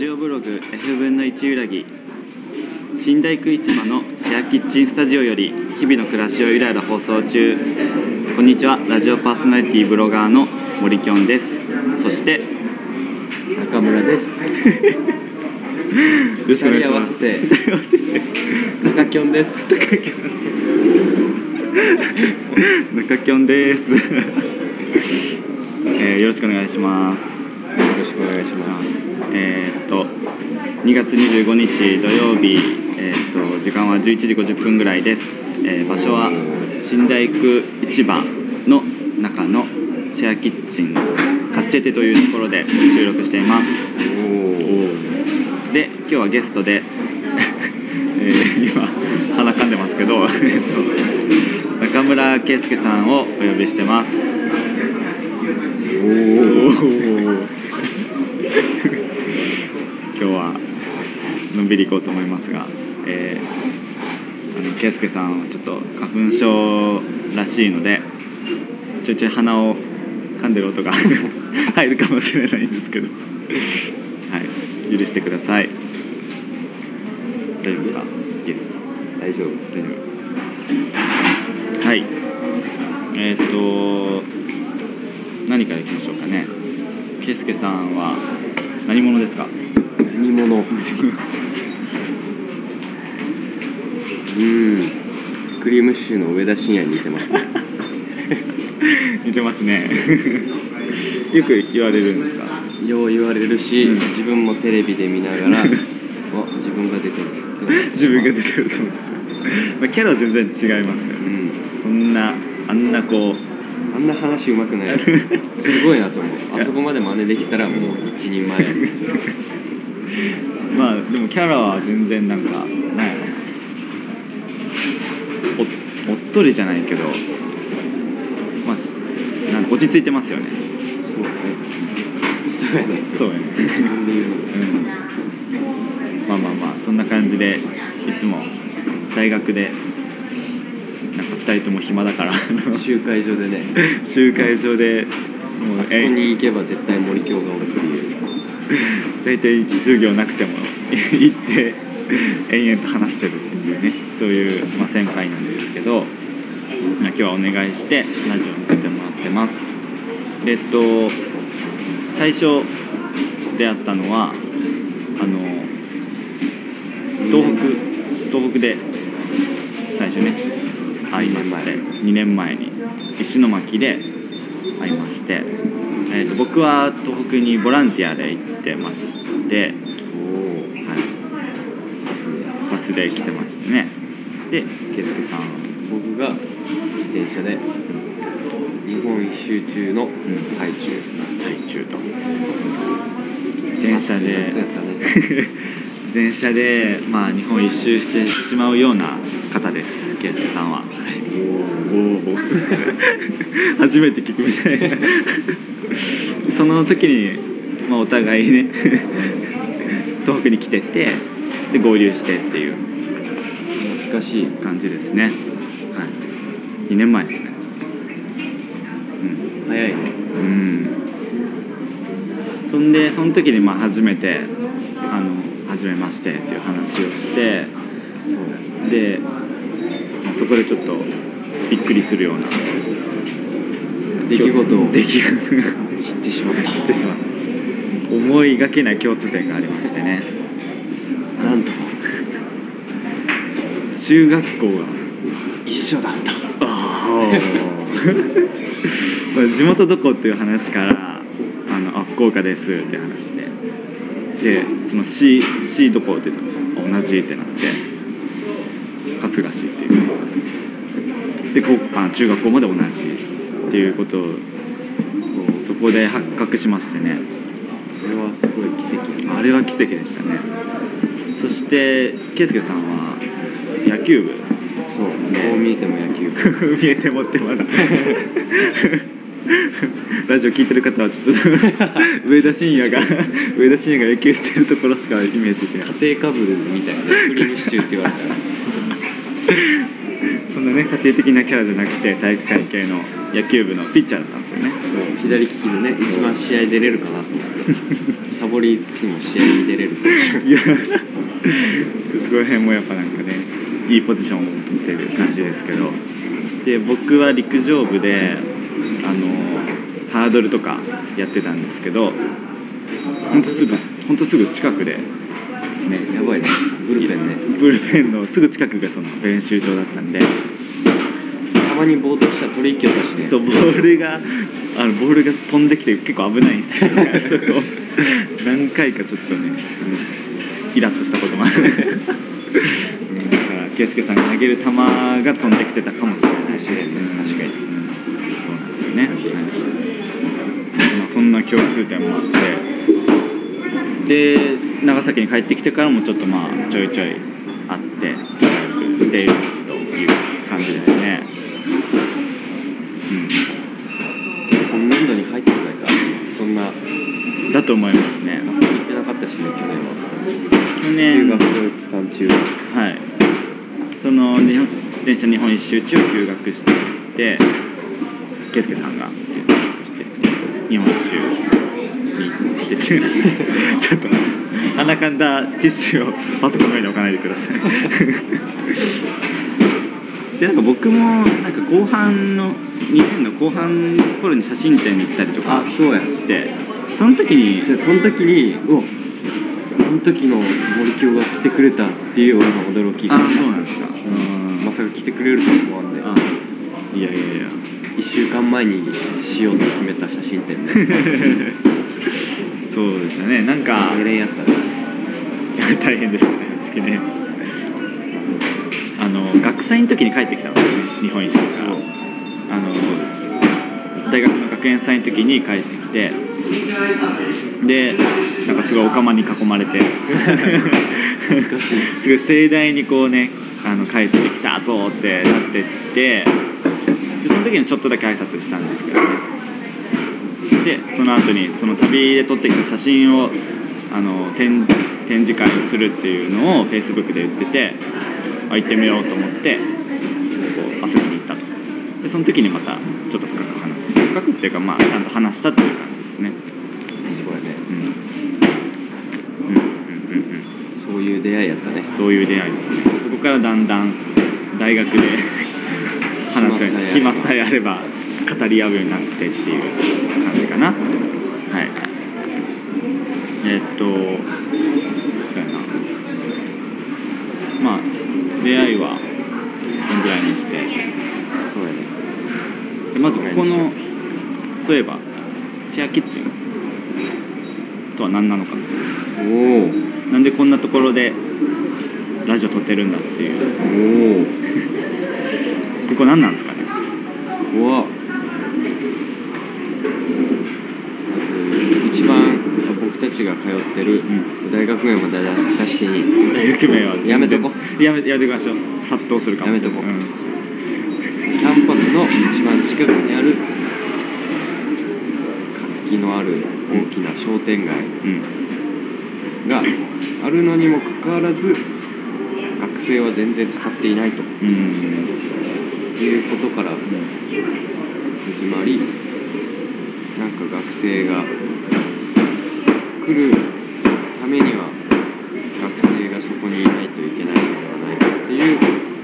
ジオブログ F 分の1裏木新大工市場のシェアキッチンスタジオより日々の暮らしをゆらゆら放送中。こんにちは、ラジオパーソナリティブロガーの森きょんです。そして中村です。 よろしくお願いします。 中きょんです。 中きょんです。よろしくお願いします。 よろしくお願いします。 2月25日土曜日、時間は11時50分ぐらいです。場所は新大工市場の中のシェアキッチンカッチェテというところで収録しています。で、今日はゲストで、今鼻かんでますけど中村圭介さんをお呼びしてます。今日はのんびりいこうと思いますが、圭介さんはちょっと花粉症らしいのでちょいちょい鼻を噛んでる音が入るかもしれないんですけど、はい、許してください。大丈夫ですか？ 大丈夫。 はい。何からいきましょうかね。圭介さんは何者ですか？ 何者クリームシチューの上田晋也に似てますね。 似てますね。よく言われるんですか？ よう言われるし、自分もテレビで見ながら自分が出てる自分が出てると思ってしまう。キャラは全然違いますよね。そんなあんなこうあんな話うまくないすごいなと思う。あそこまで真似できたらもう一人前まあでもキャラは全然なんかなんやろ、おっとりじゃないけど、まあなんか落ち着いてますよね。 そうやねそうやね自分で言うの、 まあそんな感じでいつも大学でなんか2人とも暇だから集会所でね集会所でもうあそこに行けば絶対森京がおるっていう大体授業なくても行って延々と話してるっていうね、そういう、先輩なんですけど、今日はお願いしてラジオに出てもらってます。最初出会ったのは東北で最初ね会いまして、2年前に石巻で会いまして、僕は東北にボランティアで行ってまして、バスで来てましたね。で、圭介さん、 僕が自転車で日本一周中の最中と自転車で自転車で、日本一周してしまうような方です、圭介さんは。初めて聞くみたいなその時に、お互いね東北に来てて、で合流してっていう懐かしい感じですね。はい、2年前ですね。 早いね。 そんでその時に初めて初めましてっていう話をして、で、そこでちょっとびっくりするような出来事を知ってしまった思いがけない共通点がありましてね。 なんと中学校が一緒だった。 地元どこっていう話から福岡ですって話で、その C どこって言ったら同じってなって、春日市っていうで中学校まで同じっていうことをそこで発覚しましてね。 これはすごい奇跡。 あれは奇跡でしたね。そして圭介さんは野球部。 そう、こう見えても野球部見えてもってまだラジオ聞いてる方はちょっと上田晋也が野球してるところしかイメージできない。 家庭科部みたいなクリームシチューって言われたらそんなね、家庭的なキャラじゃなくて体育会系の野球部のピッチャーだったんですよね。 そう、左利きでね、一番試合出れるかなと思ってサぼりつつも試合に出れるかもしれない。 いやそこら辺もやっぱなんかねいいポジションを取ってる感じですけど、で僕は陸上部でハードルとかやってたんですけど、ほんとすぐ近くで、ね、 やばいね、ブルペンね。 ブルペンのすぐ近くがその練習場だったんで、 たまにボードしたら取り引きを出してね。 そうボールが飛んできて結構危ないんですよねそこ何回かちょっとねイラッとしたこともあるだから圭介さんが投げる球が飛んできてたかもしれないし、 確かに、 そうなんですよね、まあ、そんな共通点もあってで長崎に帰ってきてからもちょっとまあちょいちょい会ってしているという感じですね。 今年度に入ってくらいか、そんなだと思いますね。 行ってなかったしね、去年は。 去年休学期間中はいその自転車日本一周中を休学していて、圭介さんがして日本一周に行っててちょっと鼻かんだティッシュをパソコンの上に置かないでくださいでなんか僕もなんか後半の2年の後半の頃に写真展に行ったりとかそうやしてその時にその時にあの時の森京が来てくれたっていう俺の驚きがそうなんですか。 まさか来てくれるとは思わんで、 いや 1週間前にしようと決めた写真展でそうでしたね。なんか大変やったね。 大変でしたねあの時ね。学祭の時に帰ってきたんですね、日本一周から大学の学園祭の時に帰ってきて、でなんかすごいお釜に囲まれて懐かしいすごい盛大にこうね帰ってきたぞってなってってでその時にちょっとだけ挨拶したんですけどね。でその後にその旅で撮ってきた写真を展示会をするっていうのを Facebook で言ってて、行ってみようと思ってこう遊びに行ったと。でその時にまたちょっと深くっていうかまあちゃんと話したっていう感じですね。 すごいね。そういう出会いやったね。 そういう出会いですね。そこからだんだん大学で話すように暇さえあれば語り合うようになってっていう感じかな。はい。そうやな。まあ出会いはそのぐらいにして。 そうやね。 でまずここのそういえばシェアキッチンとは何なのかっていう。なんでこんなところでラジオ撮ってるんだっていう。ここ何なんですかね。 一番僕たちが通ってる大学名も出していい？ 大学名はやめとこやめてください。殺到するかも。 やめとこ、キャンパスの一番近くにある活気のある大きな商店街があるのにもかかわらず学生は全然使っていないということから始まり、なんか学生が来るためには学生がそこにいないといけないのではないかっていう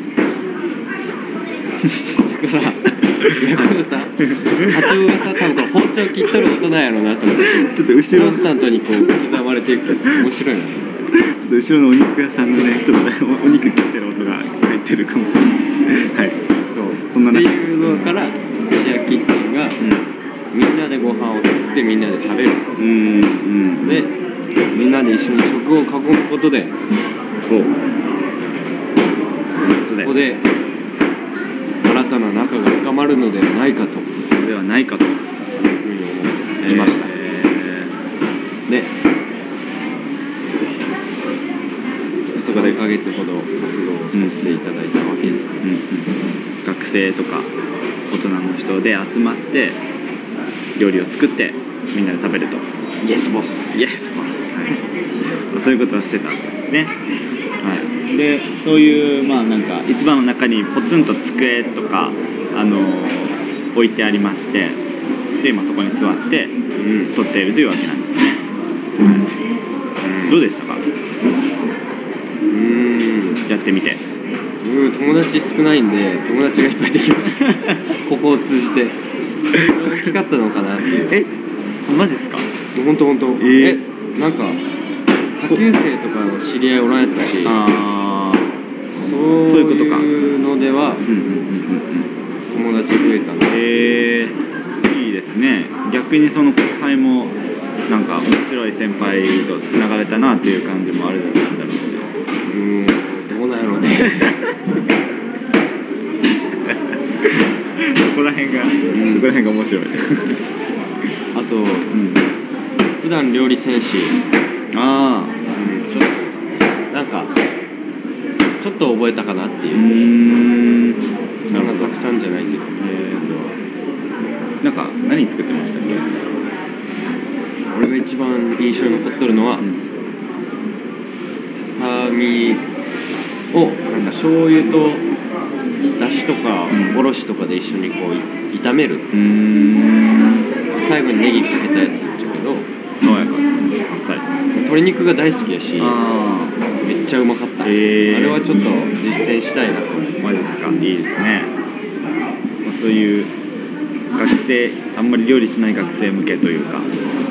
だからこのさ波長がさ多分包丁切っとる音なんやろうなと思ってちょっと後ろコンスタントにこう刻まれていくと面白いな。 ちょっと後ろのお肉屋さんのねちょっとお肉切ってる音が入ってるかもしれないはいそうそんなっていうのからシェアキッチンが、みんなでご飯を作ってみんなで食べる、でみんなで一緒に食を囲むことでここで新たな仲が深まるのではないかというふうに思いました。でそこで1ヶ月ほど活動をさせていただいたわけですね。 学生とか大人の人で集まって料理を作ってみんなで食べると。 イエスボス。 イエスボス、はい、そういうことをしてたんですね。はい、でそういうまあなんか市場の中にポツンと机とか置いてありまして、で、そこに座って撮っているというわけなんですね。 どうでしたか？やってみて。 友達少ないんで友達がいっぱいできましたここを通じて大きかったのかなっていう。 マジっすか？ ほんとなんか下級生とかの知り合いおらんやったし、そういうのでは友達増えたので、 いいですね。逆にその後輩もなんか面白い先輩とつながれたなっていう感じもあるだろうし。 どうなんやろうねそこら辺が面白いあと、普段料理せんし、ちょっと覚えたかなっていう。そんなたくさんじゃないけど。 なんか何作ってましたっけ？ 俺が一番印象に残っとるのは、ささみをなんか醤油とだしとかおろしとかで一緒にこう炒める。最後にネギかけたやつだけど、 爽やかですね。あっさりです。 鶏肉が大好きやし、めっちゃうまかった。あれはちょっと実践したいなと思って。 マジですか？いいですね。そういう学生、あんまり料理しない学生向けというか、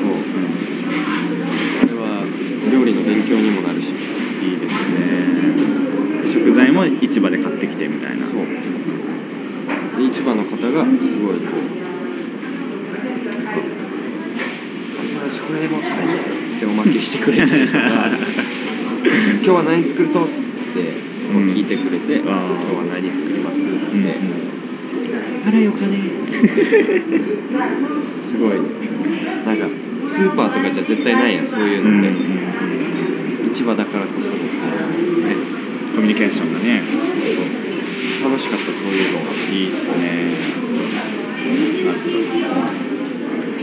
あれは料理の勉強にもなるし、 いいですね。食材も市場で買ってきてみたいな。 そうで市場の方がすごいこうこれも買いっておまけしてくれたりとか今日は何作るとって聞いてくれて、今日は何作りますって、あらよかねすごいなんかスーパーとかじゃ絶対ないやん、そういうのって、市場だからこそ、 コミュニケーションがね、 楽しかった。そういうのがいいですね。